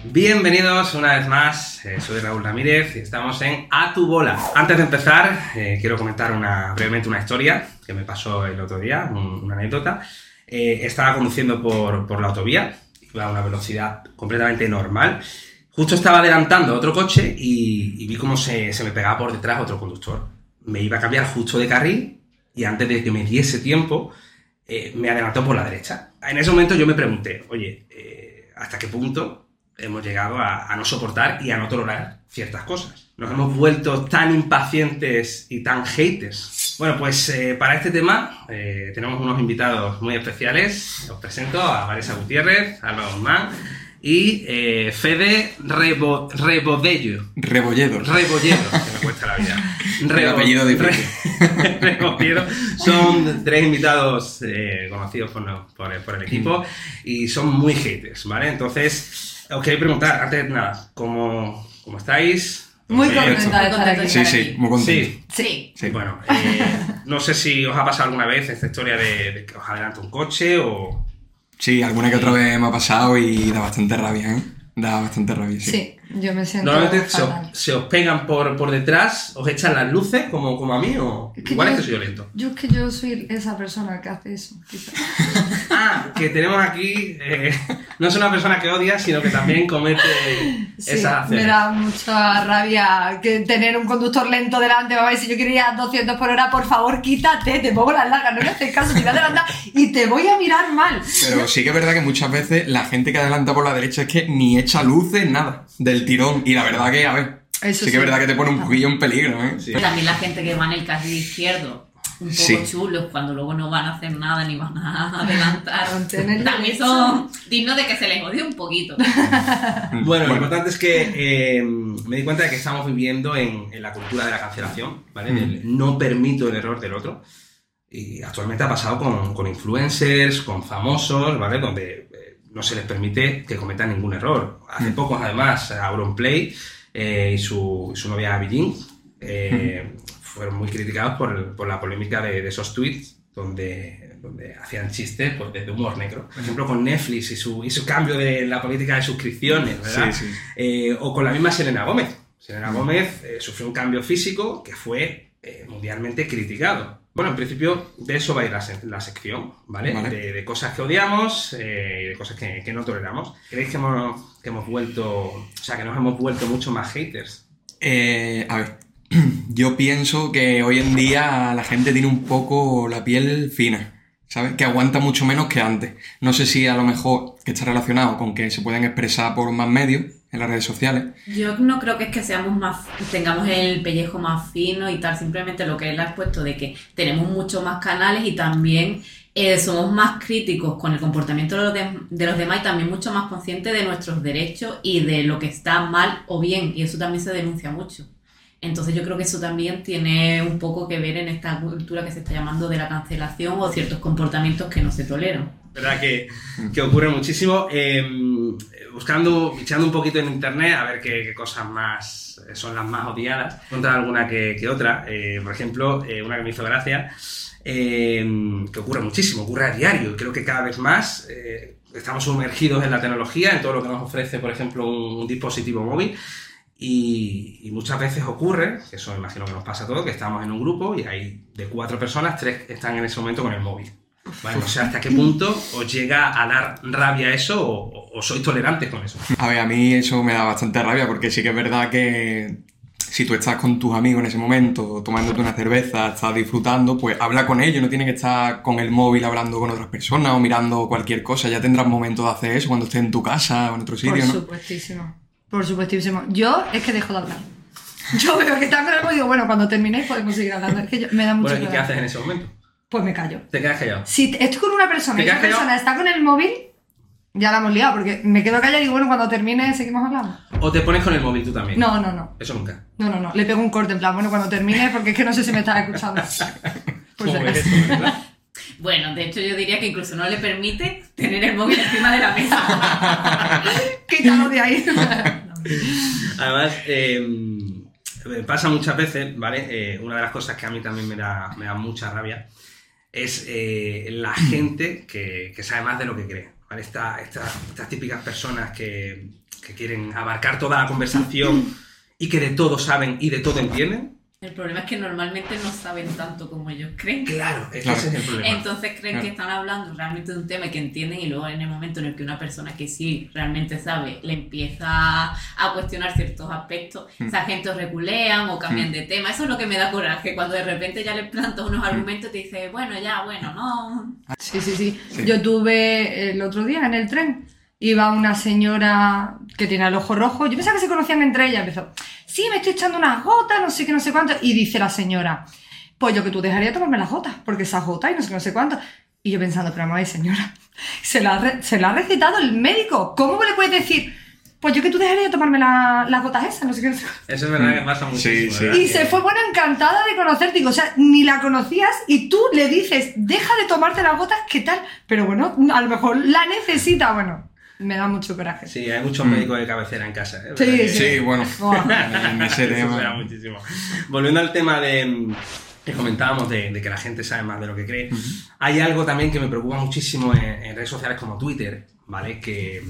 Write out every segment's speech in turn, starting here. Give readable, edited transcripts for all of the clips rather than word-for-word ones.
Bienvenidos una vez más, soy Raúl Ramírez y estamos en A Tu Bola. Antes de empezar, quiero comentar brevemente una historia que me pasó el otro día, una anécdota. Estaba conduciendo por la autovía, iba a una velocidad completamente normal. Justo estaba adelantando a otro coche y vi cómo se me pegaba por detrás otro conductor. Me iba a cambiar justo de carril y antes de que me diese tiempo, me adelantó por la derecha. En ese momento yo me pregunté, oye, ¿hasta qué punto hemos llegado a no soportar y a no tolerar ciertas cosas? Nos hemos vuelto tan impacientes y tan haters. Bueno, pues para este tema tenemos unos invitados muy especiales. Os presento a Vanessa Gutiérrez, Álvaro Guzmán y Fede Rebolledo, que me cuesta la vida. El apellido difícil. Rebolledo. Son tres invitados conocidos por el equipo y son muy haters, ¿vale? Entonces, os quería preguntar, antes de nada, ¿cómo estáis? Muy contenta de estar aquí. Sí, muy contento. Sí. Bueno, no sé si os ha pasado alguna vez esta historia de que os adelanta un coche o... Sí, alguna que otra vez me ha pasado y da bastante rabia, ¿eh? Da bastante rabia, sí. Sí, yo me siento Normalmente fatal. se os pegan por detrás, os echan las luces como a mí o... Es que Igual yo- es que soy violento. Yo es que yo soy esa persona que hace eso, quizás. Que tenemos aquí... no es una persona que odia, sino que también comete Sí, esas acciones. me da mucha rabia que tener un conductor lento delante. Mamá, y si yo quiero ir a 200 por hora, por favor, quítate, te pongo las largas, no me haces caso, te voy a adelantar y te voy a mirar mal. Pero sí que es verdad que muchas veces la gente que adelanta por la derecha es que ni echa luces, nada, del tirón. Y la verdad que, a ver, Eso sí que es verdad que te pone un poquillo en peligro, ¿eh? Sí. También la gente que va en el carril izquierdo, un poco Sí. chulos, cuando luego no van a hacer nada ni van a adelantar. Mantener También son dignos de que se les odie un poquito. Bueno, lo importante es que me di cuenta de que estamos viviendo en la cultura de la cancelación, ¿vale? Del no permito el error del otro. Y actualmente ha pasado con influencers, con famosos, ¿vale? Donde no se les permite que cometan ningún error. Hace poco, además, Auronplay y su novia Beijing fueron muy criticados por la polémica de esos tweets donde hacían chistes pues, de humor negro. Por ejemplo, con Netflix y su cambio de la política de suscripciones, ¿verdad? Sí. O con la misma Selena Gómez. Selena Gómez sufrió un cambio físico que fue mundialmente criticado. Bueno, en principio de eso va a ir la sección, ¿vale? Vale. De cosas que odiamos y de cosas que no toleramos. ¿Creéis que hemos vuelto, o sea, que nos hemos vuelto mucho más haters? A ver, yo pienso que hoy en día la gente tiene un poco la piel fina, ¿sabes? Que aguanta mucho menos que antes. No sé si a lo mejor que está relacionado con que se pueden expresar por más medios en las redes sociales. Yo no creo que es que tengamos el pellejo más fino y tal, simplemente lo que él ha puesto de que tenemos muchos más canales y también somos más críticos con el comportamiento de los demás y también mucho más conscientes de nuestros derechos y de lo que está mal o bien, y eso también se denuncia mucho. Entonces yo creo que eso también tiene un poco que ver en esta cultura que se está llamando de la cancelación o ciertos comportamientos que no se toleran. ¿Verdad que ocurre muchísimo? Bicheando un poquito en internet a ver qué cosas más son las más odiadas. Encontrar alguna que otra. Por ejemplo, una que me hizo gracia, que ocurre muchísimo, ocurre a diario. Creo que cada vez más estamos sumergidos en la tecnología, en todo lo que nos ofrece, por ejemplo, un dispositivo móvil. Y muchas veces ocurre, que eso imagino que nos pasa a todos, que estamos en un grupo y hay de 4 personas, 3 están en ese momento con el móvil. Vale, no sé hasta qué punto os llega a dar rabia eso o sois tolerantes con eso. A ver, a mí eso me da bastante rabia porque sí que es verdad que si tú estás con tus amigos en ese momento, tomándote una cerveza, estás disfrutando, pues habla con ellos, no tienes que estar con el móvil hablando con otras personas o mirando cualquier cosa, ya tendrás momentos de hacer eso cuando estés en tu casa o en otro sitio, ¿no? Por supuestísimo. Yo es que dejo de hablar. Yo veo que están con el móvil y digo, bueno, cuando terminéis podemos seguir hablando. Es que me da mucho Bueno, ¿y qué rabia. haces en ese momento? Pues me callo. ¿Te quedas callado? Si estoy con una persona ¿Te y esa quedas callado? persona está con el móvil, ya la hemos liado, porque me quedo callada y digo, bueno, cuando termine seguimos hablando. ¿O te pones con el móvil tú también? No. Eso nunca. No. Le pego un corte en plan, bueno, cuando termine, porque es que no sé si me estás escuchando. Por si ¿Cómo ves acaso. eso, verdad? Bueno, de hecho yo diría que incluso no le permite tener el móvil encima de la mesa. Quítalo de ahí. Además, pasa muchas veces, ¿vale? Una de las cosas que a mí también me da mucha rabia es la gente que sabe más de lo que cree, ¿vale? Estas típicas personas que que quieren abarcar toda la conversación y que de todo saben y de todo entienden. El problema es que normalmente no saben tanto como ellos creen. Claro, ese es el problema. Entonces creen que están hablando realmente de un tema que entienden y luego en el momento en el que una persona que sí realmente sabe le empieza a cuestionar ciertos aspectos, esa gente os reculean o cambian de tema. Eso es lo que me da coraje, cuando de repente ya les plantas unos argumentos y te dice, bueno, no. Sí. Yo tuve el otro día en el tren, iba una señora que tiene el ojo rojo, yo pensaba que se conocían entre ellas, empezó, sí, me estoy echando unas gotas, no sé qué, no sé cuánto, y dice la señora, pues yo que tú dejaría tomarme las gotas, porque esas gotas y no sé qué, no sé cuánto. Y yo pensando, pero mamá, señora, se la ha recetado el médico, ¿cómo le puedes decir? Pues yo que tú dejaría tomarme las gotas esas, no sé qué, no sé cuánto. Eso es verdad que pasa muchísimo. Sí. Y se fue, bueno, encantada de conocerte, digo, o sea, ni la conocías y tú le dices, deja de tomarte las gotas, ¿qué tal? Pero bueno, a lo mejor la necesita, bueno. Me da mucho coraje. Sí, hay muchos médicos de cabecera en casa. Sí, bueno. En ese Eso tema. será muchísimo. Volviendo al tema que comentábamos de que la gente sabe más de lo que cree, hay algo también que me preocupa muchísimo en redes sociales como Twitter, ¿vale? Que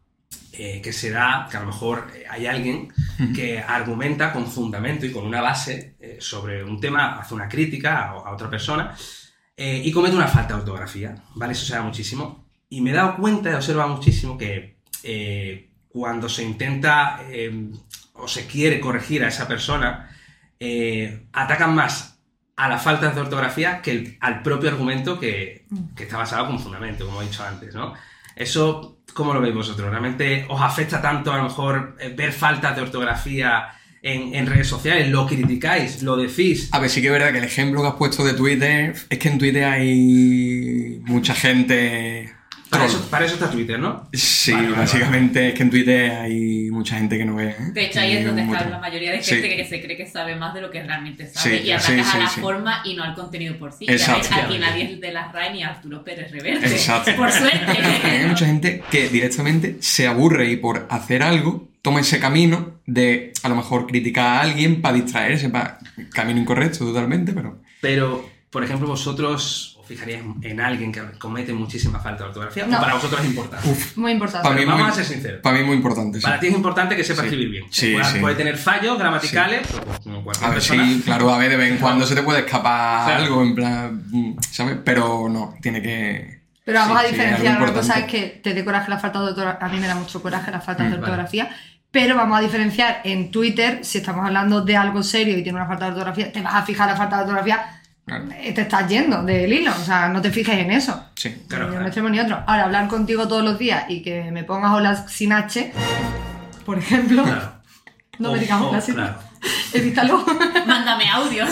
se da, que a lo mejor hay alguien que argumenta con fundamento y con una base sobre un tema, hace una crítica a otra persona y comete una falta de ortografía, ¿vale? Eso se da muchísimo. Y me he dado cuenta, he observado muchísimo que cuando se intenta o se quiere corregir a esa persona, atacan más a la falta de ortografía que al propio argumento que está basado con fundamento, como he dicho antes, ¿no? Eso, ¿cómo lo veis vosotros? ¿Realmente os afecta tanto a lo mejor ver faltas de ortografía en redes sociales? ¿Lo criticáis? ¿Lo decís? A ver, sí que es verdad que el ejemplo que has puesto de Twitter es que en Twitter hay mucha gente... Para eso está Twitter, ¿no? Sí, vale. básicamente es que en Twitter hay mucha gente que no ve. De hecho, ahí es donde está la mayoría de gente que se cree que sabe más de lo que realmente sabe y atacas a la forma y no al contenido por sí. Exacto. Ya ves, aquí nadie es de la RAE ni Arturo Pérez Reverte. Exacto. Por suerte. Hay mucha gente que directamente se aburre y por hacer algo toma ese camino de a lo mejor criticar a alguien para distraerse, camino incorrecto totalmente, pero... Pero, por ejemplo, vosotros... fijaríais en alguien que comete muchísima falta de ortografía? No. ¿O para vosotros es importante? Muy importante. Para mí Vamos a ser sinceros. Para mí es muy importante, sí. Para ti es importante que sepa escribir bien. Puede tener fallos gramaticales, pero como cualquier A ver, persona. sí, claro, a ver, de vez en cuando se te puede escapar algo, en plan, ¿sabes? Pero no, tiene que... Pero vamos a algo diferenciar, una cosa es importante. que te dé coraje la falta de ortografía, a mí me da mucho coraje la falta de ortografía, pero vamos a diferenciar en Twitter, si estamos hablando de algo serio y tiene una falta de ortografía, te vas a fijar la falta de ortografía, te estás yendo del hilo, o sea, no te fijes en eso. Sí, claro. Ni un extremo ni otro. Ahora, hablar contigo todos los días y que me pongas hola sin H, por ejemplo, Claro. no me digas hola sin claro. evítalo. Mándame audios.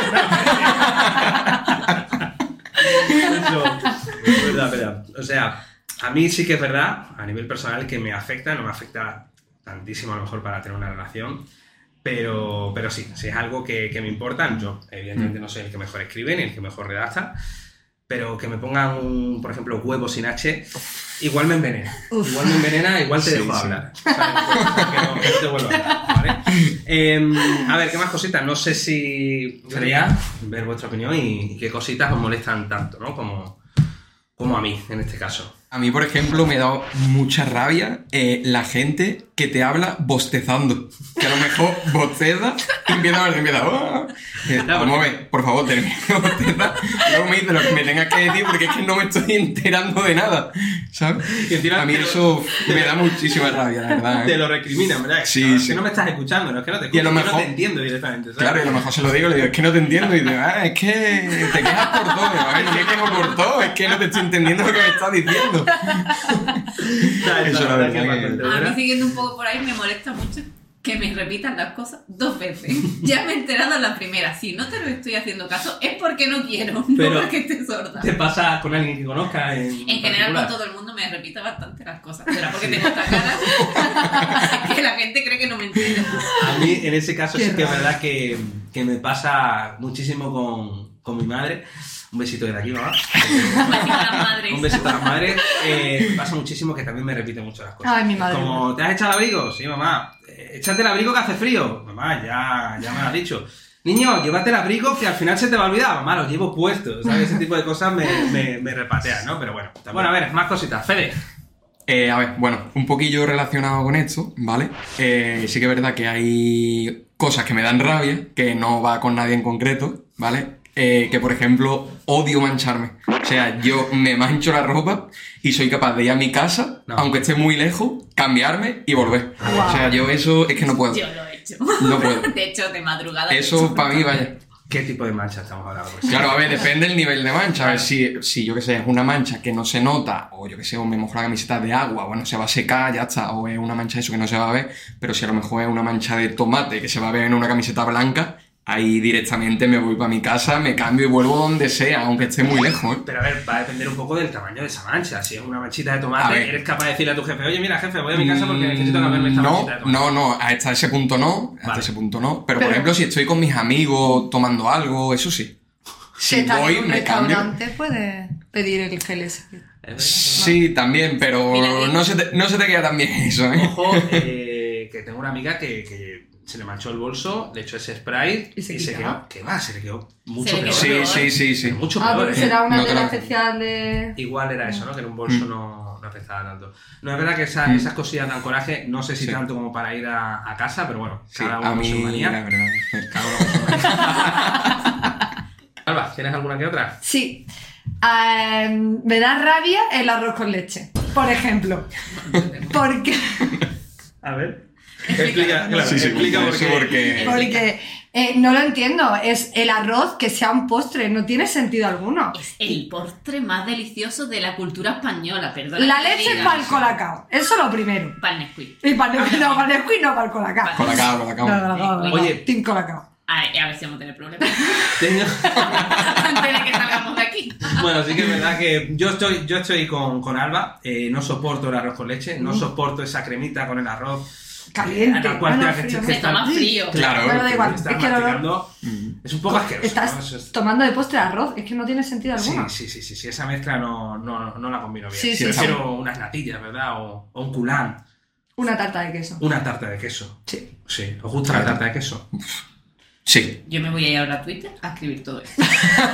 Eso, es verdad. O sea, a mí sí que es verdad, a nivel personal, que me afecta, no me afecta tantísimo a lo mejor para tener una relación, pero sí es algo que me importa. Yo, evidentemente, no soy el que mejor escribe ni el que mejor redacta, pero que me pongan, por ejemplo, huevo sin H, igual me envenena. Igual te dejo hablar. ¿Sabes? Que no te vuelvo a hablar, ¿vale? A ver, ¿qué más cositas? No sé si me gustaría ver vuestra opinión y qué cositas os molestan tanto, ¿no? Como a mí, en este caso. A mí, por ejemplo, me ha dado mucha rabia la gente que te habla bostezando. Que a lo mejor bosteza y empieza ¡oh! Vamos a ver, por favor, termina de bostezar. Luego me dice lo que me tengas que decir porque es que no me estoy enterando de nada, ¿sabes? A mí eso me da muchísima rabia, la verdad. Te lo recriminan, ¿verdad? Sí, no, es sí. que no me estás escuchando, no es que no te Y a escucho, lo es que no mejor- te entiendo directamente, ¿sabes? Claro, y a lo mejor se lo digo, le digo, es que no te entiendo. Y digo, es que te quejas por todo. A ver, no me quejo por todo, es que no te estoy entendiendo lo que me estás diciendo. Eso la verdad que- A mí, siguiendo un poco por ahí, me molesta mucho que me repitan las cosas 2 veces. Ya me he enterado en la primera. Si no te lo estoy haciendo caso, es porque no quiero, Pero- no porque esté sorda. ¿Te pasa con alguien que conozcas? En general, particular? con todo el mundo me repite bastante las cosas. ¿Será porque tengo esta cara? Que la gente cree que no me entiende. A mí, en ese caso, Qué sí que es raro. verdad que me pasa muchísimo con mi madre. Un besito desde aquí, mamá. Un besito a las madres. Un besito a las madres. Me pasa muchísimo que también me repite mucho las cosas. Ay, mi madre. Como, ¿te has echado el abrigo? Sí, mamá. Échate el abrigo que hace frío. Mamá, ya me lo has dicho. Niño, llévate el abrigo que al final se te va a olvidar. Mamá, lo llevo puesto. ¿Sabes? Ese tipo de cosas me repatean, ¿no? Pero bueno. Bueno, a ver, más cositas. Fede. A ver, bueno, un poquillo relacionado con esto, ¿vale? Sí que es verdad que hay cosas que me dan rabia, que no va con nadie en concreto, ¿vale? Que, por ejemplo, odio mancharme. O sea, yo me mancho la ropa y soy capaz de ir a mi casa, aunque esté muy lejos, cambiarme y volver. Wow. O sea, yo eso es que no puedo. Yo lo he hecho. No puedo. De hecho, de madrugada. Eso para mí, vaya. ¿Qué tipo de mancha estamos hablando? Pues, Claro, a ver, depende del nivel de mancha. A ver, si yo que sé, es una mancha que no se nota, o yo que sé, o me mojo la camiseta de agua, bueno, se va a secar, ya está, o es una mancha eso que no se va a ver, pero si a lo mejor es una mancha de tomate que se va a ver en una camiseta blanca, ahí directamente me voy para mi casa, me cambio y vuelvo donde sea, aunque esté muy lejos, ¿eh? Pero a ver, va a depender un poco del tamaño de esa mancha. Si es una manchita de A tomate, ver. eres capaz de decirle a tu jefe, oye, mira, jefe, voy a mi casa porque necesito cambiarme esta manchita de tomate. No, hasta ese punto no, hasta Vale. ese punto no. Pero, por ejemplo, si estoy con mis amigos tomando algo, eso sí. Si Si estás voy, en un me cambio. restaurante, puedes pedir el gel ese. Es verdad. Sí, también, pero Mira, no se te queda tan bien eso, ¿eh? Ojo, que tengo una amiga que se le manchó el bolso, le echó ese spray ¿Y se se quitaba? quedó. ¿Qué va? Se le quedó mucho Se le peor. quedó Sí. Pero mucho Ah, peor, porque ¿eh? será una No te tela lo- especial de... Igual era eso, ¿no? Que en un bolso no afectaba tanto. No, es verdad que esas cosillas dan coraje, no sé si Sí. tanto como para ir a casa, pero bueno, Sí, cada uno a con su mí, manía. la verdad. Cada uno con su manía. Alba, ¿tienes alguna que otra? Sí. Me da rabia el arroz con leche, por ejemplo. Porque... A ver. Explica, claro, Sí, explica eso porque... Porque no lo entiendo, es el arroz que sea un postre, no tiene sentido alguno. Es el postre más delicioso de la cultura española, perdón. La leche es para el colacao, eso lo primero. Para el Nesquik. Y para el no, para el Nesquik no, para el colacao. Colacao. No, colacao. Oye. Team colacao. A ver si vamos a tener problemas. Tengo- Antes de que salgamos de aquí. Bueno, sí que es verdad que yo estoy con Alba, no soporto el arroz con leche, no soporto esa cremita con el arroz Caliente. a la cual bueno, tenga frío. que Se toma frío. Claro. Bueno, da igual, estar es que el olor... masticando. Es un poco asqueroso. Estás ¿no? Eso es- tomando de postre arroz, es que no tiene sentido alguno. Sí, esa mezcla no la combino bien. Sí, sí, Prefiero unas natillas, ¿verdad? O un culán, Una tarta de queso. una tarta de queso. Sí. Sí, ¿os gusta la tarta de queso? Sí. Yo me voy a ir ahora a Twitter a escribir todo eso.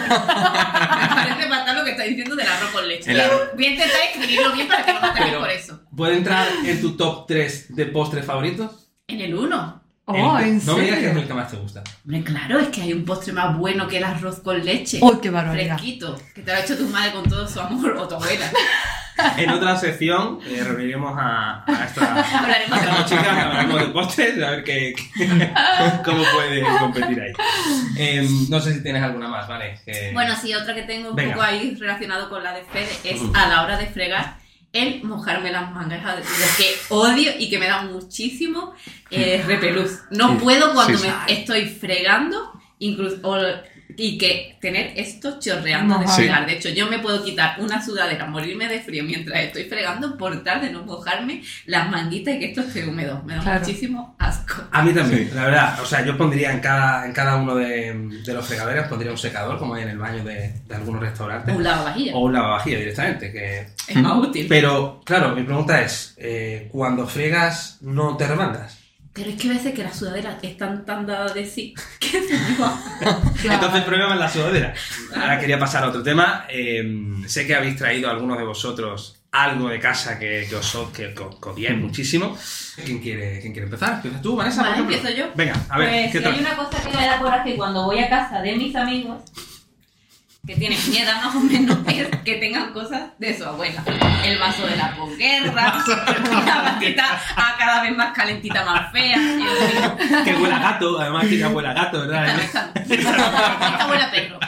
Me parece fatal lo que está diciendo del arroz con leche. El arroz- Voy a intentar escribirlo bien para que no matemos por eso. ¿Puede entrar en tu top 3 de postres favoritos? En el 1. Oh, ¿en No me digas que es serio? el que más te gusta. Hombre, claro, es que hay un postre más bueno que el arroz con leche. ¡Uy, qué barbaridad! Fresquito, que te lo ha hecho tu madre con todo su amor o tu abuela. En otra sección reuniremos a esta Hablaremos de a esta otro. chica, hablaremos de postres, a ver cómo puede competir ahí. No sé si tienes alguna más, ¿vale? Bueno, sí, otra que tengo un Venga. poco ahí relacionado con la de Fede es a la hora de fregar el mojarme las mangas, lo que odio y que me da muchísimo repelús. No Sí, puedo cuando sí, me estoy fregando, incluso y que tener esto chorreando de Sí. fregar. De hecho, yo me puedo quitar una sudadera, morirme de frío mientras estoy fregando por tal de no mojarme las manguitas y que esto esté húmedo. Me da Claro. muchísimo asco. A mí también, Sí. la verdad. O sea, yo pondría en cada uno de los fregaderos, pondría un secador, como hay en el baño de algunos restaurantes. O un lavavajillas. O un lavavajillas directamente. Que... Es más útil. Pero, claro, mi pregunta es, cuando fregas, ¿no te remangas? Pero es que a veces que las sudaderas están tan dadas de sí que se me va. Entonces el problema es la sudadera. Ahora quería pasar a otro tema. Sé que habéis traído algunos de vosotros algo de casa que os odiáis muchísimo. ¿Quién quiere empezar? ¿Empiezas tú, Vanessa? Vale, por ejemplo? empiezo yo. Venga, a ver, Pues ¿qué si tal? hay una cosa que me da coraje cuando voy a casa de mis amigos, que tienen mi edad más o menos, es que tengan cosas de su abuela. El vaso de la posguerra, la vasita cada vez más calentita, más fea. Y yo digo, Que huele a gato, además que ya huele a gato, ¿verdad? esta abuela perro.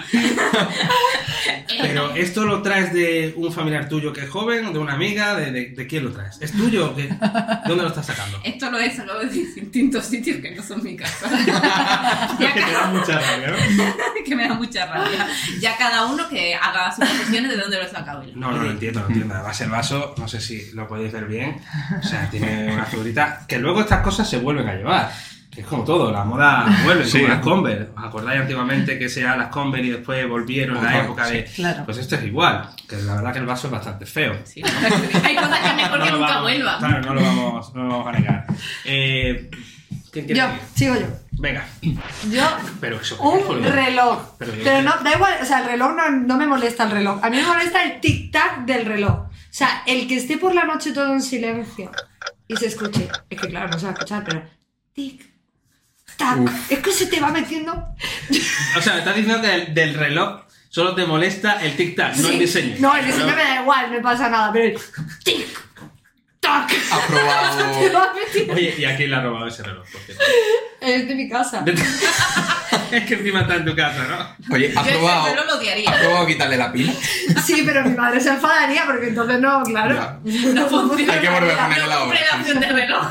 Pero ¿esto lo traes de un familiar tuyo que es joven, de una amiga? ¿De quién lo traes? ¿Es tuyo o qué? ¿Dónde lo estás sacando? Esto lo he sacado de distintos sitios que no son mi casa. Que te da mucha rabia, ¿no? Que me da mucha rabia. Ya cada uno que haga sus confesiones de dónde lo ha sacado él. No, lo entiendo. Además el vaso, no sé si lo podéis ver bien, o sea, tiene una figurita que luego estas cosas se vuelven a llevar. Que es como todo, la moda vuelve, Sí. como las Converse. ¿Os acordáis antiguamente que sean las Converse y después volvieron en la Ajá, época de... claro. Pues esto es igual, que la verdad que el vaso es bastante feo. Sí, hay cosas que es mejor que lo nunca vamos- vuelvan. Claro, no lo vamos a negar. ¿Quién quiere Yo, seguir? sigo yo. Venga, Yo, pero eso... un reloj. Pero yo- Pero no, da igual, o sea, el reloj no me molesta el reloj. A mí me molesta el tic-tac del reloj. sea, el que esté por la noche todo en silencio y se escuche, es que claro, no se va a escuchar, pero tic, tac, es que se te va metiendo. O sea, me estás diciendo que del reloj solo te molesta el tic-tac, no el diseño. No, el diseño me da igual, no pasa nada, pero el tic, tac. ¿Has probado? Se va metiendo. Oye, ¿y a quién le ha robado ese reloj? Por cierto? Es de mi casa. Es que encima está en tu casa, ¿no? Oye, ¿has Yo probado? ese reloj lo odiaría. ¿Has probado quitarle la pila? Sí, pero mi madre se enfadaría porque entonces no, claro. Ya. No funciona. Hay que volver a ponerle la No hora. compré la opción de reloj.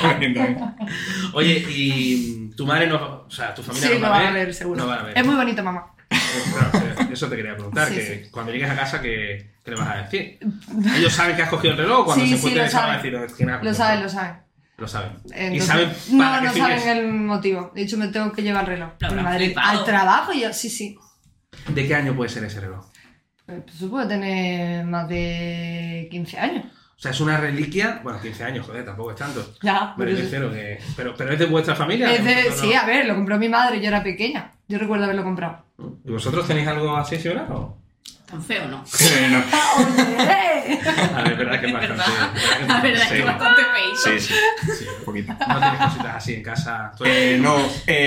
Oye, y tu madre no... O sea, tu familia Sí, no lo va van a ver, seguro. No van a ver. Es muy bonito, mamá. Claro, eso te quería preguntar, Sí, que sí. cuando llegues a casa, ¿qué le vas a decir? ¿Ellos saben que has cogido el reloj o cuando Sí, se sí, encuentren lo eso van a saben. decir ¿quién ha cogido Lo el saben, reloj? lo saben. Lo saben. ¿Y Entonces, saben no, para no qué saben fin es? el motivo. De hecho, me tengo que llevar el reloj. Lo Mi habrán madre, flipado. al trabajo y yo, sí. ¿De qué año puede ser ese reloj? Pues eso puede tener más de 15 años. O sea, es una reliquia... Bueno, 15 años, joder, tampoco es tanto. Ya, Me pero refiero que... Pero es de vuestra familia. es de- ¿Vosotros sí, no? a ver, lo compró mi madre, yo era pequeña. Yo recuerdo haberlo comprado. ¿Y vosotros tenéis algo así similar o...? Tan feo, ¿no? No. ¡Oye! A ver, es verdad que es Es bastante... verdad. La verdad es que es sí. bastante feíto. Sí, sí. Un poquito. No tienes cositas así en casa. No,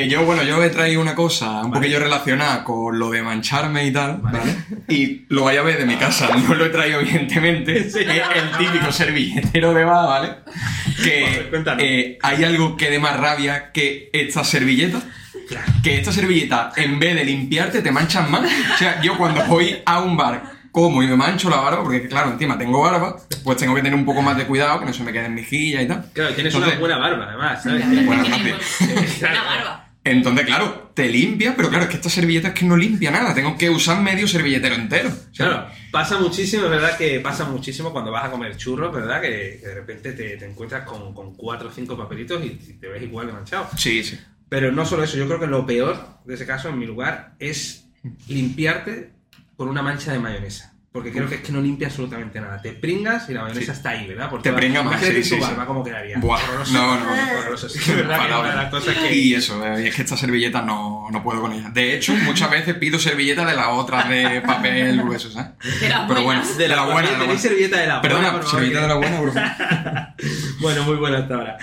yo he traído una cosa un Vale. poquillo relacionada con lo de mancharme y tal, Vale. ¿vale? Y lo vais a ver de mi casa, no lo he traído evidentemente, es el típico servilletero de bar, ¿vale? Joder, Que cuéntanos. hay algo que dé más rabia que esta servilleta. Claro. Que esta servilleta, en vez de limpiarte, te manchan más. O sea, yo cuando voy a un bar como y me mancho la barba, porque claro, encima tengo barba, pues tengo que tener un poco más de cuidado, que no se me queden mejillas y tal. Claro, tienes Entonces- una buena barba, además, ¿sabes? Buena Tiene gracias. buena barba. Entonces, claro, te limpia, pero claro, es que esta servilleta es que no limpia nada. Tengo que usar medio servilletero entero. O sea, Claro, pasa muchísimo, es verdad que pasa muchísimo cuando vas a comer churros, ¿verdad? Que de repente te encuentras con 4 o 5 papelitos y te ves igual de manchado. Sí, sí. Pero no solo eso, yo creo que lo peor de ese caso, en mi lugar, es limpiarte con una mancha de mayonesa. Porque creo que es que no limpia absolutamente nada. Te pringas y la mayonesa Sí. está ahí, ¿verdad? Por Te toda- pringa más, Imagínate sí, en tu sí, barba sí. cómo quedaría. Buah, Horroroso. no. Horroroso. Sí, es verdad que es una de las cosas que... Y eso, y es que esta servilleta no puedo con ella. De hecho, muchas veces pido servilleta de las otras de papel grueso, ¿sabes? De las Pero bueno, buenas. de la buena. Tenéis servilleta de la buena, Perdona, por favor, servilleta que- de la buena, por favor. Bueno, muy buena hasta ahora.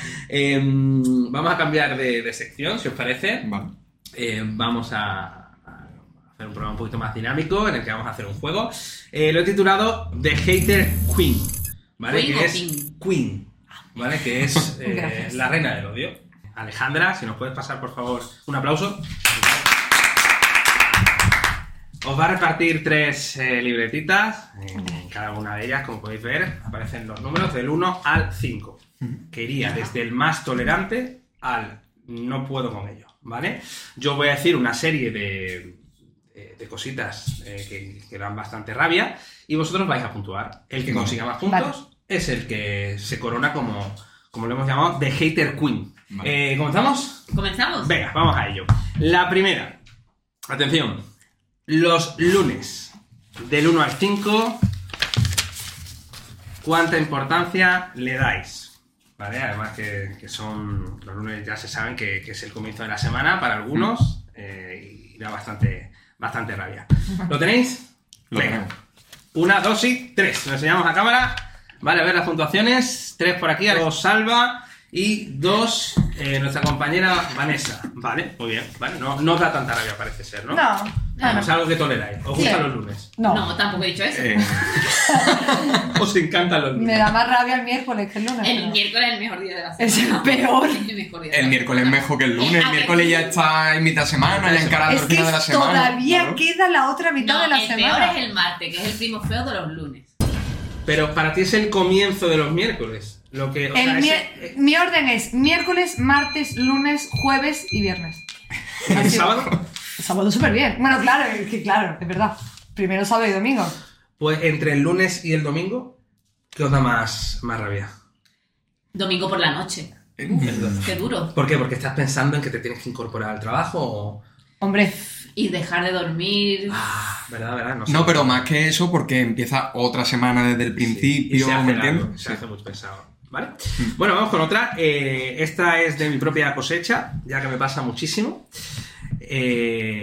Vamos a cambiar de sección, si os parece. Vale. Vamos a hacer un programa un poquito más dinámico en el que vamos a hacer un juego. Lo he titulado The Hater Queen, ¿vale? Queen que o es King. Queen, ¿vale? Que es Gracias. la reina del odio. Alejandra, si nos puedes pasar, por favor, un aplauso. Os va a repartir 3 libretitas. En cada una de ellas, como podéis ver, aparecen los números del 1 al 5. Que iría desde el más tolerante al no puedo con ello, ¿vale? Yo voy a decir una serie de cositas que dan bastante rabia y vosotros vais a puntuar. El que Vale. consiga más puntos es el que se corona como lo hemos llamado The Hater Queen. Vale. ¿Comenzamos? ¿Comenzamos? Venga, vamos a ello. La primera. Atención. Los lunes. Del 1 al 5. ¿Cuánta importancia le dais? ¿Vale? Además que son... Los lunes ya se saben que es el comienzo de la semana para algunos. Y da bastante rabia. ¿Lo tenéis? Lo Venga. tenemos. 1, 2 y 3. Lo enseñamos a cámara. Vale, a ver las puntuaciones. 3 por aquí, 2 Salva y 2 nuestra compañera Vanessa. Vale, muy bien. Vale, no da tanta rabia, parece ser, ¿no? No. Es algo que toleráis. ¿Os gustan los lunes? No. No, tampoco he dicho eso. ¿Os encantan los lunes? Me da más rabia el miércoles que el lunes. El pero- miércoles es el mejor día de la semana. Es el peor. Es el mejor día de El la miércoles es mejor que el lunes. El Ah, miércoles ya sí. está en mitad de semana, ya encarando Es el que final de la semana. todavía Claro. queda la otra mitad No, de la el peor semana. es el martes, que es el primo feo de los lunes. Pero para ti es el comienzo de los miércoles. Lo que, o sea, Mi orden es miércoles, martes, lunes, jueves y viernes. ¿el Así. sábado? Sábado súper bien. Bueno, claro, es verdad. Primero sábado y domingo. Pues entre el lunes y el domingo, ¿qué os da más rabia? Domingo por la noche. Qué duro. ¿Por qué? ¿Porque estás pensando en que te tienes que incorporar al trabajo o...? Hombre, Y dejar de dormir. ¿Verdad? sé. No, pero más que eso, porque empieza otra semana desde el Y principio, se hace ¿me largo, entiendes? se hace muy pesado. ¿Vale? Bueno, vamos con otra. Esta es de mi propia cosecha, ya que me pasa muchísimo.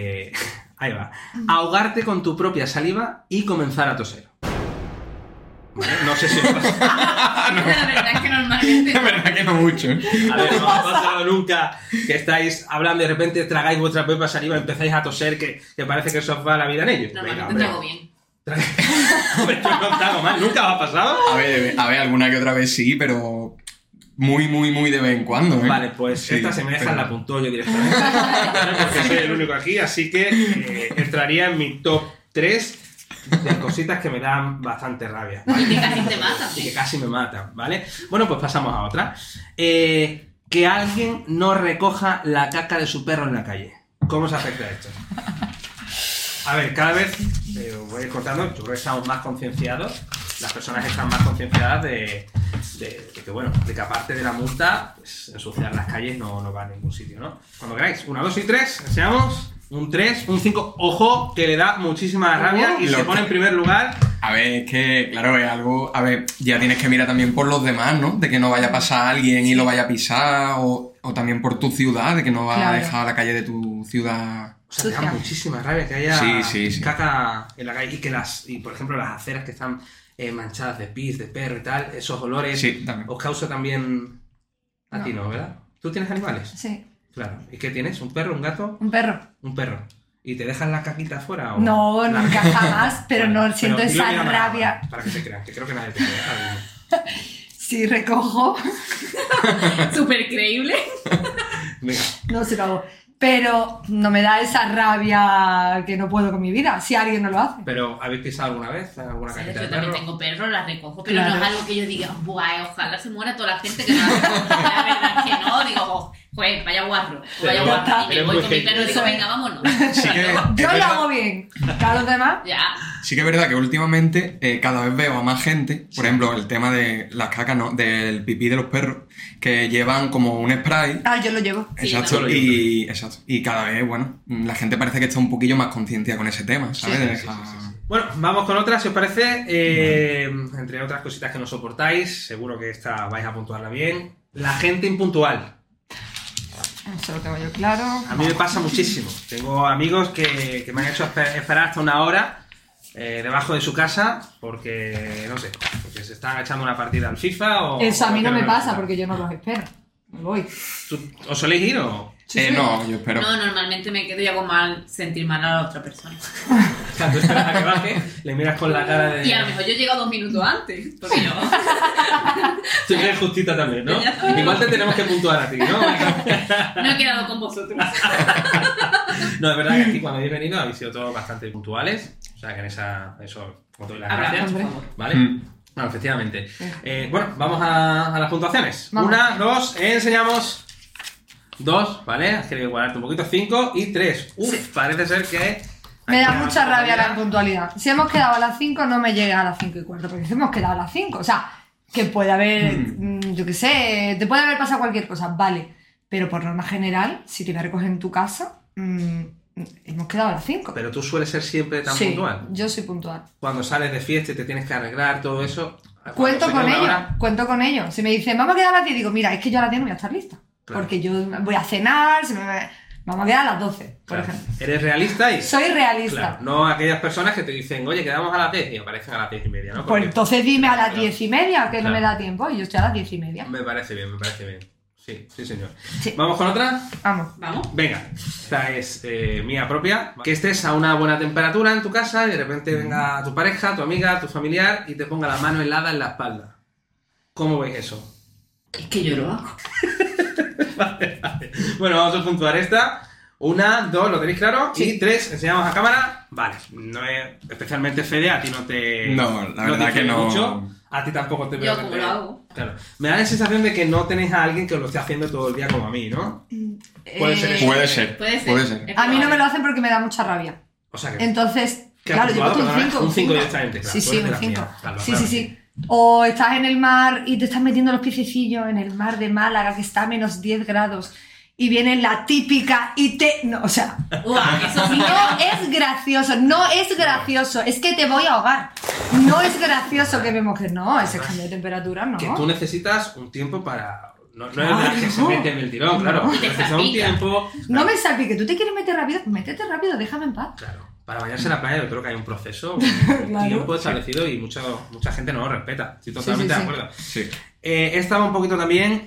Ahí va. Ahogarte con tu propia saliva y comenzar a toser. ¿vale? No sé si os pasa. La verdad es que normalmente La verdad que no mucho. A ver, no os ha pasado nunca que estáis hablando y de repente tragáis vuestras pepas saliva y empezáis a toser que parece que eso os va la vida en ello. normalmente trago bien. Hombre, yo no trago mal. ¿Nunca os ha pasado? A ver, alguna que otra vez sí, pero muy, muy, muy de vez en cuando, ¿eh? Vale, pues Sí, esta se me deja pero- en la puntó yo directamente. Porque soy el único aquí, así que entraría en mi top 3 de cositas que me dan bastante rabia. ¿vale? Y que casi te matan. Y que casi me matan, ¿vale? Bueno, pues pasamos a otra. Que alguien no recoja la caca de su perro en la calle. ¿Cómo se afecta esto? A ver, cada vez, os voy a ir contando, yo creo que estamos más concienciados, las personas están más concienciadas de que, bueno, de que aparte de la multa, pues ensuciar las calles no va a ningún sitio, ¿no? Cuando queráis, 1, 2 y 3, enseñamos. Un 3, un 5, ojo, que le da muchísima rabia y Lo se que- pone en primer lugar. A ver, es que, claro, es algo... A ver, ya tienes que mirar también por los demás, ¿no? De que no vaya a pasar alguien y lo vaya a pisar, o también por tu ciudad, de que no va a Claro. dejar la calle de tu ciudad... O sea, te da Sucia. muchísima rabia que haya Sí. caca en la calle y por ejemplo, las aceras que están manchadas de pis, de perro y tal, esos olores, Sí, también. os causa también a ti, ¿no? ¿Verdad? ¿Tú tienes animales? Sí, Claro. ¿Y qué tienes? ¿Un perro? ¿Un gato? un perro. Un perro. ¿Y te dejan la caquita afuera? O... No, La- nunca jamás, pero Vale, no siento dilo esa bien a la rabia. cámara, para que te crean, que creo que nadie te cree. Si recojo, Súper creíble. Venga. no se lo hago. Pero no me da esa rabia que no puedo con mi vida, si alguien no lo hace. ¿Pero habéis pisado alguna vez alguna Sí, caquita yo de también perro? tengo perros, las recojo, pero Claro. no es algo que yo diga, buah, ojalá se muera toda la gente que no la recoge. La verdad es que no, digo, pues vaya guarro, vaya Pero guarro. Y me eres voy muy con mi hater. perro y digo, Eso es. venga, vámonos. Sí que, es Yo lo verdad- hago bien. Para los demás, Ya. Sí que es verdad que últimamente cada vez veo a más gente, por ejemplo, el tema de las cacas, ¿no? Del pipí de los perros, que llevan como un spray. yo lo llevo. Sí, Exacto, yo exacto. Y cada vez, bueno, la gente parece que está un poquillo más consciente con ese tema, ¿sabes? De dejar- Bueno, vamos con otra, si os parece. Entre otras cositas que no soportáis, seguro que esta vais a puntuarla bien. La gente impuntual. Eso lo tengo yo claro. A mí me pasa muchísimo. Tengo amigos que me han hecho esperar hasta una hora debajo de su casa porque, no sé, porque se están echando una partida al FIFA o... Eso a mí no me pasa porque porque yo no los espero. Me voy. ¿Os soléis ir o...? Sí, sí. No, yo espero. No, normalmente me quedo y hago mal, sentir mal a la otra persona. O sea, tú esperas a que baje, le miras con la cara de... Y a lo mejor yo llego 2 minutos antes, porque yo... Tú eres justita también, ¿no? Ya. Igual te tenemos que puntuar a ti, ¿no? No he quedado con vosotros. No, es verdad que aquí cuando habéis venido habéis sido todos bastante puntuales. O sea, que en eso, como te doy las Habrá, gracias. por hombre. favor. ¿Vale? Mm. Bueno, efectivamente. Bueno, vamos a las puntuaciones. Vamos. 1, 2, enseñamos. 2, ¿vale? Has querido igualarte un poquito. 5 y 3. Uf, parece ser que... Me da aquí mucha vamos a rabia la cambiar. impuntualidad. Si hemos quedado a las 5, no me llegues a las 5 y cuarto, porque si hemos quedado a las 5. O sea, que puede haber, yo qué sé, te puede haber pasado cualquier cosa, vale. Pero por norma general, si te voy a recoger en tu casa, hemos quedado a las 5. Pero tú sueles ser siempre tan Sí, puntual. yo soy puntual. Cuando sales de fiesta y te tienes que arreglar, todo eso... cuando Cuento se con queda una ellos, hora- cuento con ellos. Si me dicen, vamos a quedar a las 10, digo, mira, es que yo a las 10 no voy a estar lista. Claro. Porque yo voy a cenar, vamos a quedar a las 12, por Claro. ejemplo. Eres realista y... Soy realista. Claro, no aquellas personas que te dicen, oye, quedamos a las 10 y aparecen a las 10:30, ¿no? Pues Porque- entonces dime a las Claro. 10:30, que no Claro. me da tiempo, y yo estoy a las 10:30. Me parece bien, me parece bien. Sí, sí, señor. Sí. ¿Vamos con otra? Vamos. Vamos. Venga, esta es mía propia. Que estés a una buena temperatura en tu casa y de repente venga tu pareja, tu amiga, tu familiar y te ponga la mano helada en la espalda. ¿Cómo veis eso? Es que yo lo hago. Vale. Bueno, vamos a puntuar esta. 1, 2, ¿lo tenéis claro? Sí. Y 3, enseñamos a cámara. Vale, no es especialmente Fede, a ti no te... No, la te verdad que influye no. mucho. A ti tampoco te Yo veo. como lo hago. Claro. Me da la sensación de que no tenéis a alguien que os lo esté haciendo todo el día como a mí, ¿no? Puede ser eso. Puede ser. Puede ser. Es A mí no me probable. lo hacen porque me da mucha rabia. O sea que... Entonces, ¿Qué claro, has yo puntuado? he puesto un Perdona, 5. un 5 directamente, claro. Sí, Tú sí, eres de un la 5. mía, claro, Sí, claro. sí, sí. O estás en el mar y te estás metiendo los piececillos en el mar de Málaga, que está a menos 10 grados, y viene la típica y te... No, o sea, Uah, eso sí. no es gracioso, no es gracioso, es que te voy a ahogar. No es gracioso que me mojes, no, ese cambio de temperatura, no. Que tú necesitas un tiempo para... No es de Claro. las que se mete en el tirón, claro. No. Tú necesitas un Salpica. tiempo... No me salpique, tú te quieres meter rápido, pues métete rápido, déjame en paz. Claro. Para bañarse en la playa yo creo que hay un proceso, un Claro. tiempo establecido y mucha gente no lo respeta. Estoy totalmente Sí. de acuerdo. Sí. Estaba un poquito también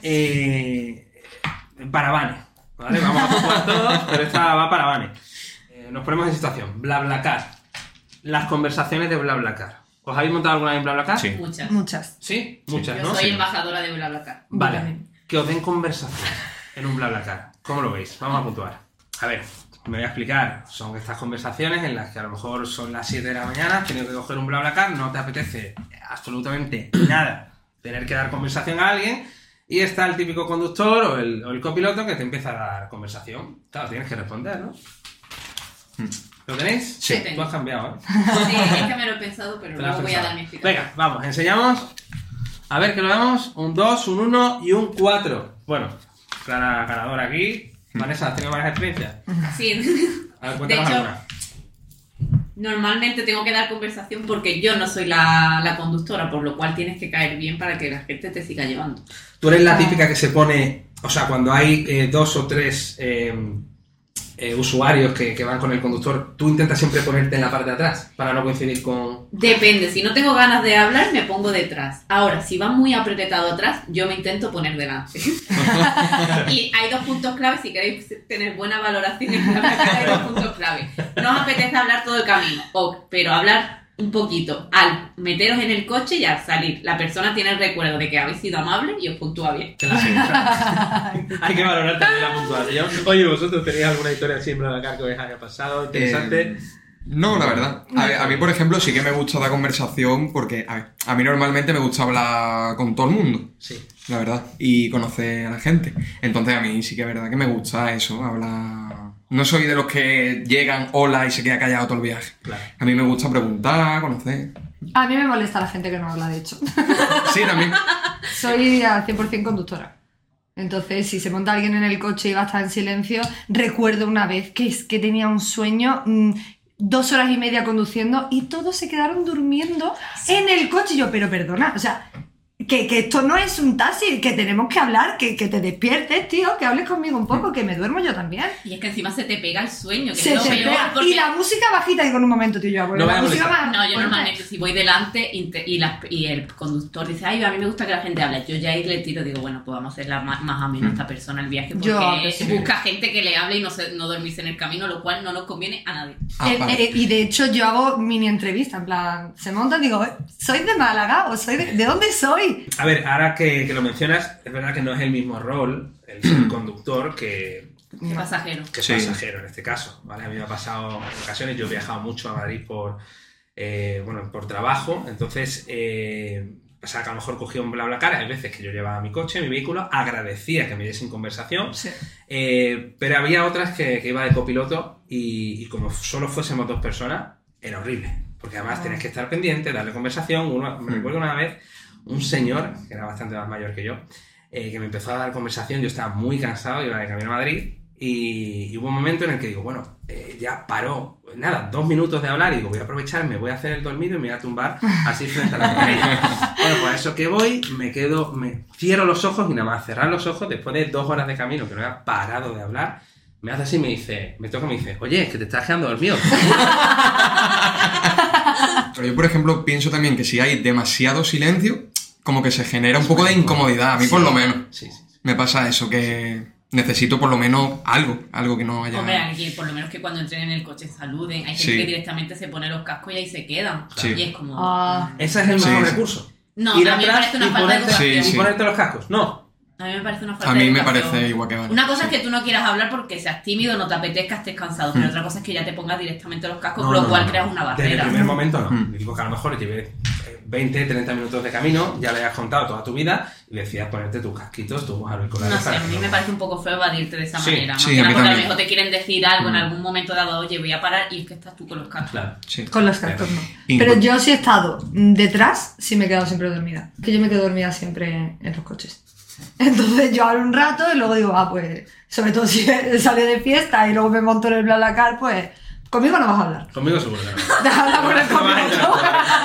para Vane, ¿vale? Vamos a puntuar todos, pero esta va para Vane. Nos ponemos en situación. BlaBlaCar. Las conversaciones de BlaBlaCar. ¿Os habéis montado alguna vez en BlaBlaCar? Sí. Muchas. Muchas. ¿Sí? Muchas, Yo ¿no? soy Sí. embajadora de BlaBlaCar. Vale. también. Que os den conversación en un BlaBlaCar. ¿Cómo lo veis? Vamos a puntuar. A ver, me voy a explicar. Son estas conversaciones en las que a lo mejor son las 7 de la mañana, has tenido que coger un BlaBlaCar, no te apetece absolutamente nada tener que dar conversación a alguien y está el típico conductor o el copiloto que te empieza a dar conversación. Claro, tienes que responder, ¿no? ¿Lo tenéis? Sí. Tú has cambiado, ¿eh? Sí, es que me lo he pensado, pero Te lo has luego voy a pensado. dar mi explicación. Venga, vamos, enseñamos. A ver que lo vemos. Un 2, un 1 y un 4. Bueno, clara ganadora aquí. Vanessa, ¿has tenido varias experiencias? Sí. A ver, De cuéntanos hecho, alguna. normalmente tengo que dar conversación porque yo no soy la conductora, por lo cual tienes que caer bien para que la gente te siga llevando. Tú eres la típica que se pone, o sea, cuando hay 2 o 3 usuarios que van con el conductor, tú intentas siempre ponerte en la parte de atrás para no coincidir con... Depende, si no tengo ganas de hablar, me pongo detrás. Ahora, si va muy apretado atrás, yo me intento poner delante. Y hay 2 puntos clave, si queréis tener buena valoración en la carrera, hay 2 puntos clave. No os apetece hablar todo el camino, pero hablar un poquito. Al meteros en el coche y al salir, la persona tiene el recuerdo de que habéis sido amables y os puntúa bien. Hay que valorar también la puntuación. Oye, ¿vosotros tenéis alguna historia así en BlaBlaCar que os haya pasado? Interesante. No, la verdad. A mí, por ejemplo, sí que me gusta la conversación porque, a mí normalmente me gusta hablar con todo el mundo, Sí. la verdad, y conocer a la gente. Entonces a mí sí que es verdad que me gusta eso, hablar... No soy de los que llegan, hola, y se queda callado todo el viaje. Claro. A mí me gusta preguntar, conocer... A mí me molesta la gente que no habla, de hecho. Sí, también. Soy al 100% conductora. Entonces, si se monta alguien en el coche y va a estar en silencio, recuerdo una vez que es que tenía un sueño, 2 horas y media conduciendo y todos se quedaron durmiendo en el coche. Y yo, pero perdona, o sea, que esto no es un taxi, que tenemos que hablar, que te despiertes, tío, que hables conmigo un poco, que me duermo yo también. Y es que encima se te pega el sueño, que Se es lo te peor. pega. Porque... Y la música bajita, digo en un momento, tío, yo voy a No poner me la va a música molestar. más No, yo fuerte. normalmente si voy delante y el conductor dice, ay, a mí me gusta que la gente hable, yo ya ahí le tiro, digo, bueno, pues vamos a hacerla más amena a esta persona el viaje, porque Yo, que sí. busca gente que le hable y no dormirse en el camino, lo cual no nos conviene a nadie. Vale. Y de hecho yo hago mini entrevista, en plan, se montan, digo, ¿soy de Málaga? ¿O soy de dónde soy? A ver, ahora que lo mencionas, es verdad que no es el mismo rol el ser conductor que Qué pasajero. es Sí. pasajero en este caso, ¿vale? A mí me ha pasado en ocasiones, yo he viajado mucho a Madrid por trabajo, entonces pasaba que a lo mejor cogía un BlaBlaCar, hay veces que yo llevaba mi coche, mi vehículo, agradecía que me diesen conversación, Sí. pero había otras que iba de copiloto y como solo fuésemos 2 personas, era horrible, porque además tienes que estar pendiente, darle conversación. Me recuerdo una vez un señor, que era bastante más mayor que yo, que me empezó a dar conversación, yo estaba muy cansado, iba de camino a Madrid, y hubo un momento en el que digo, bueno, ya paró, nada, 2 minutos de hablar, y digo, voy a aprovechar, me voy a hacer el dormido y me voy a tumbar así frente a la pantalla. Bueno, pues a eso que voy, me cierro los ojos y nada más cerrar los ojos, después de 2 horas de camino que no había parado de hablar, me hace así y me dice, oye, es que te estás quedando dormido. Pero yo, por ejemplo, pienso también que si hay demasiado silencio, como que se genera un poco de incomodidad, a mí por lo menos. Sí, sí. Me pasa eso, que necesito por lo menos algo que no haya... Hombre, aquí por lo menos que cuando entren en el coche saluden. Hay gente Sí. que directamente se pone los cascos y ahí se quedan. Sí. Y es como... Ah, Ese es el mejor Sí. recurso. No, Ir a mí me atrás parece una y falta de ponerte, educación. Sí, y sí. ponerte los cascos. No. A mí me parece una falta A mí de me educación. parece igual que vale. Una cosa es que tú no quieras hablar porque seas tímido, no te apetezca, estés cansado, pero otra cosa es que ya te pongas directamente los cascos, No, con lo no, cual no. creas una Desde el barrera. primer momento no. Mm. Digo que a lo mejor llevé 20, 30 minutos de camino, ya le has contado toda tu vida y decidas ponerte tus casquitos, tus auriculares. No sé, para a mí que me no- parece un poco feo evadirte de esa Sí, manera. Más sí, que a nada mí porque a lo también. mejor te quieren decir algo en algún momento dado, oye, voy a parar y es que estás tú con los cascos. Claro. Sí. con los cascos no. Inclu- Pero yo sí he estado detrás, sí me he quedado siempre dormida. Que yo me quedo dormida siempre en los coches. Entonces yo hablo un rato y luego digo, pues, sobre todo si he salido de fiesta y luego me monto en el BlaBlaCar, pues, conmigo no vas a hablar. Conmigo seguro que no. Deja de hablar con el copiloto.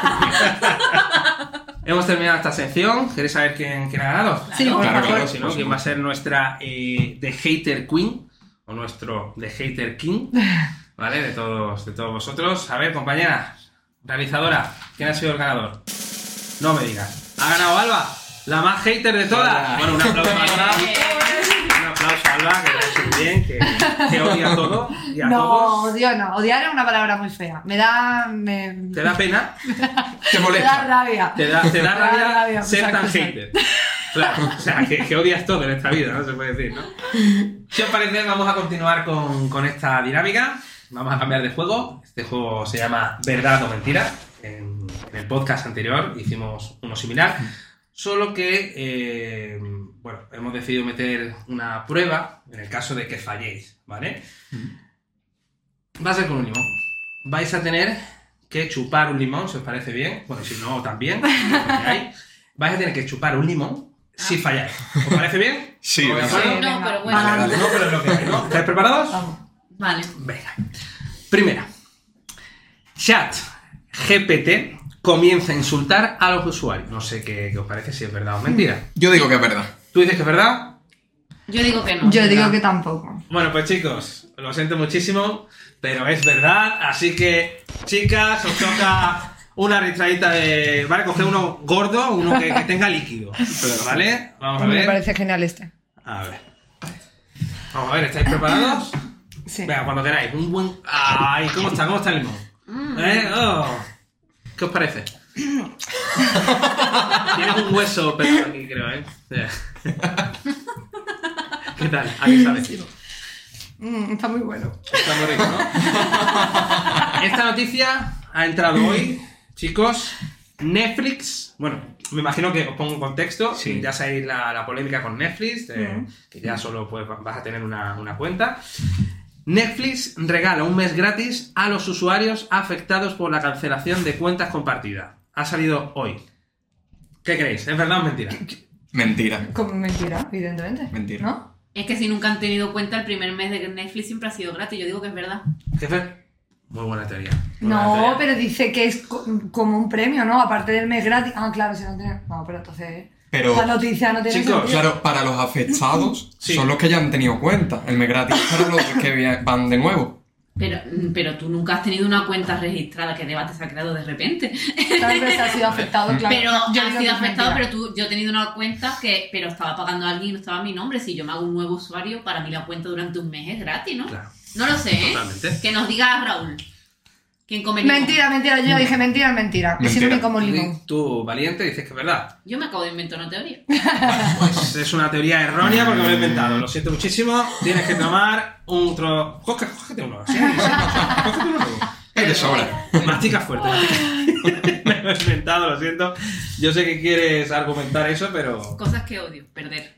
Hemos terminado esta sección. ¿Queréis saber quién ha ganado? Sí, por Claro, favor. claro. Si no, ¿quién va a ser nuestra The Hater Queen? O nuestro The Hater King. ¿vale? De todos vosotros. A ver, compañera, realizadora, ¿quién ha sido el ganador? No me digas. ¿Ha ganado Alba? La más hater de todas. Hola. Bueno, un aplauso a Alba. Un aplauso a Alba, que lo ha hecho muy bien, que odia todo y a No, todos. odio no. Odiar es una palabra muy fea. ¿Te da pena? Te Me da molesta. rabia. ¿Te da rabia rabia ser muchas tan cosas. hater? Claro, o sea, que odias todo en esta vida, ¿no? Se puede decir, ¿no? Si os parece, vamos a continuar con esta dinámica. Vamos a cambiar de juego. Este juego se llama Verdad o Mentira. En el podcast anterior hicimos uno similar. Solo que, bueno, hemos decidido meter una prueba en el caso de que falléis, ¿vale? Va a ser con un limón. Vais a tener que chupar un limón, si os parece bien. Bueno, si no, también. Lo que hay. Vais a tener que chupar un limón si falláis. ¿Os parece bien? Sí, ¿Estamos de venga. acuerdo? No, pero bueno. Vale, vale. No, pero es lo que hay, ¿no? ¿Estáis preparados? Vamos. Vale. Venga. Primera. Chat GPT comienza a insultar a los usuarios. No sé qué os parece, si es verdad o mentira. Yo digo que es verdad. ¿Tú dices que es verdad? Yo digo que no. Yo digo ¿verdad? que tampoco. Bueno, pues chicos, lo siento muchísimo, pero es verdad. Así que, chicas, os toca una retradita de... Vale, coger uno gordo, uno que tenga líquido. ¿Vale? Vamos a Me ver. parece genial este. A ver. Vamos a ver, ¿estáis preparados? Sí. Venga, cuando queráis. Un buen... ¡Ay! ¿Cómo está? ¿Cómo está el limón? Oh. ¿Qué os parece? Tienes un hueso peludo aquí, creo, ¿eh? ¿Qué tal? ¿A qué sabe? Está muy bueno. Está muy rico, ¿no? Esta noticia ha entrado hoy, chicos. Netflix, bueno, me imagino que os pongo en contexto. Sí. Ya sabéis la polémica con Netflix, que ya solo pues, vas a tener una cuenta. Netflix regala un mes gratis a los usuarios afectados por la cancelación de cuentas compartidas. Ha salido hoy. ¿Qué creéis? ¿Es verdad o es mentira? Mentira. Como mentira, evidentemente. Mentira. ¿No? Es que si nunca han tenido cuenta, el primer mes de Netflix siempre ha sido gratis. Yo digo que es verdad. Jefe, muy buena teoría. Muy buena No, teoría. pero dice que es como un premio, ¿no? Aparte del mes gratis. Ah, claro, si no tiene. No, pero entonces. Pero- La noticia no tiene Chicos, sentido. Claro, para los afectados Sí. son los que ya han tenido cuenta. El mes gratis para los que van de nuevo. Pero tú nunca has tenido una cuenta registrada. ¿Qué debate se ha creado de repente? Claro, pero se ha sido afectado, claro. Pero Yo ha digo sido que es afectado, mentira. pero yo he tenido una cuenta pero estaba pagando a alguien y no estaba mi nombre. Si yo me hago un nuevo usuario, para mí la cuenta durante un mes es gratis, ¿no? Claro. No lo sé, ¿eh? Totalmente. Que nos diga Raúl. ¿Quién come limón? Mentira, mentira. Yo ya dije mentira, es mentira. Y si no Mentira. me como el limón. Tú, valiente, dices que es verdad. Yo me acabo de inventar una teoría. Pues es una teoría errónea porque me lo he inventado. Lo siento muchísimo. Tienes que tomar un trozo. Cógete uno. ¿Sí? Cógete uno. Es de sobra. Mastica fuerte. Me lo he inventado, lo siento. Yo sé que quieres argumentar eso, pero. Cosas que odio. Perder.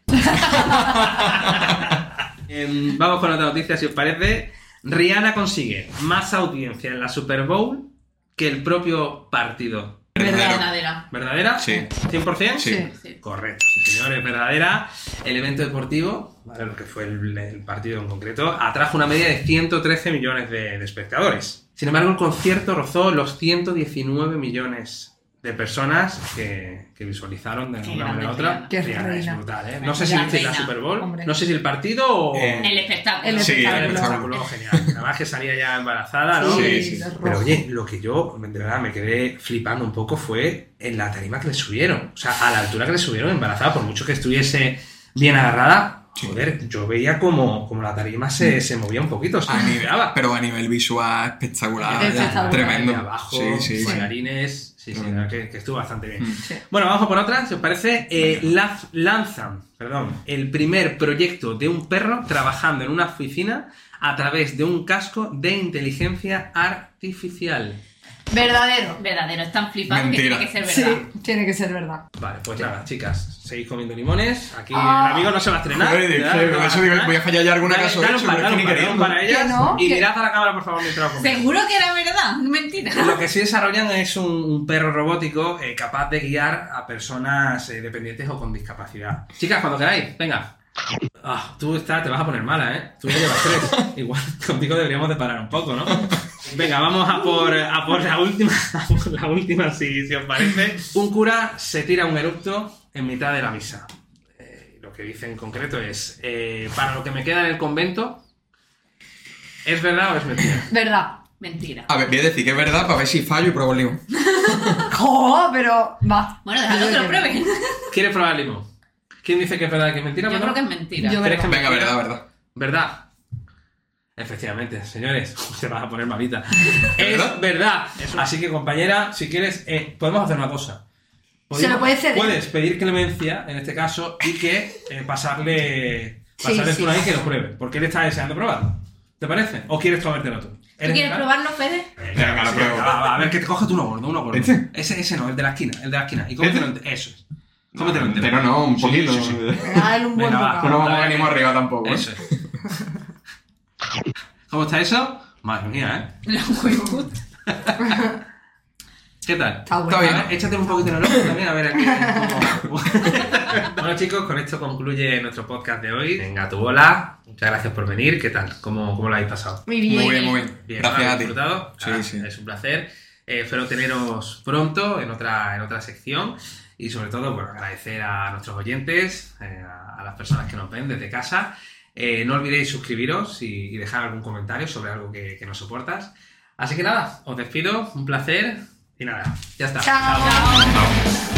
Vamos con otra noticia, si os parece. Rihanna consigue más audiencia en la Super Bowl que el propio partido. Verdadero. Verdadera. ¿Verdadera? Sí. ¿100%? Sí. Sí. Correcto, sí señores, verdadera. El evento deportivo, ¿vale? Lo que fue el partido en concreto, atrajo una media de 113 millones de espectadores. Sin embargo, el concierto rozó los 119 millones de personas que visualizaron de Qué una manera u grande otra. Qué Rihanna es reina. brutal, ¿eh? No sé si La visteis la reina. Super Bowl, Hombre. no sé si el partido o... El espectáculo. El Sí, el espectáculo. espectáculo, genial. Además que salía ya embarazada, ¿no? Sí, sí. de rojo. Pero oye, lo que yo, de verdad, me quedé flipando un poco fue en la tarima que le subieron. O sea, a la altura que le subieron embarazada, por mucho que estuviese bien agarrada, Sí. joder, yo veía como la tarima se movía un poquito, se giraba. Pero a nivel visual espectacular. Espectacular. Tremendo. Y abajo, Sí, sí, sí. bailarines, sí, Tremendo. la verdad que estuvo bastante bien. Sí. Bueno, vamos a por otra, si os parece. Lanzan el primer proyecto de un perro trabajando en una oficina a través de un casco de inteligencia artificial. Verdadero. Verdadero. Es tan flipado Mentira. que tiene que ser verdad. Sí, tiene que ser verdad. Vale, pues nada, chicas, seguís comiendo limones. Aquí Ah. el amigo no se va a estrenar. Joder, ¿verdad? que No por va a eso digo, estrenar. voy a fallar ya alguna Dale, caso dale hecho, un par, pero es que ni dale un queriendo. par para ellas. Que no, y que- mirad a la cámara, por favor, mientras os coméis. Seguro que era verdad. Mentira. Lo que sí desarrollan es un perro robótico capaz de guiar a personas dependientes o con discapacidad. Chicas, cuando queráis, venga. Ah, tú te vas a poner mala, ¿eh? Tú ya llevas 3. Igual contigo deberíamos de parar un poco, ¿no? Venga, vamos a por la última, a por la última si os parece. Un cura se tira un eructo en mitad de la misa. Lo que dice en concreto es, para lo que me queda en el convento, ¿Es verdad o es mentira? Verdad. Mentira. A ver, voy a decir que es verdad para ver si fallo y pruebo el limón. ¡Jo! Pero va. Bueno, déjalo que lo prueben. ¿Quieres probar el limón? ¿Quién dice que es verdad y que es mentira? Yo creo que es mentira. Yo- ¿Crees que es Venga, mentira? verdad. ¿Verdad? Efectivamente, señores, se van a poner malita. ¿Verdad? Es verdad. Así que, compañera, si quieres, podemos hacer una cosa. Se lo puedes ceder. Puedes pedir clemencia, en este caso, y que pasarle Sí, tú sí. ahí que lo pruebe. Porque él está deseando probarlo. ¿Te parece? ¿O quieres tomártelo tú? ¿Tú ¿Eres quieres vegan? probarlo, Fede? Venga, lo Sí, pruebo. va, a ver, que te coge tú uno gordo. ¿Este? Ese no, el de la esquina. Y cómetelo entero. Eso es. Cómetelo entero. Pero no, un Sí, poquito. sí, sí. Dale un buen Venga, va. No bocado. nos vamos a venir arriba tampoco. Eso es. ¿Cómo está eso? Madre mía, ¿eh? La huevo. ¿Qué tal? Está bueno. Está bien. A ver, échate un poquito en el ojo también, a ver aquí cómo... Bueno, chicos, con esto concluye nuestro podcast de hoy. Venga, tu bola. Muchas gracias por venir. ¿Qué tal? ¿Cómo lo habéis pasado? Muy bien. Muy bien. Bien, Gracias ¿lo a habéis ti. disfrutado? Sí, Ah, sí. Es un placer. Espero teneros pronto en otra sección. Y sobre todo, bueno, agradecer a nuestros oyentes, a las personas que nos ven desde casa. No olvidéis suscribiros y dejar algún comentario sobre algo que nos soportas. Así que nada, os despido, un placer y nada, ya está. Chao. Chao.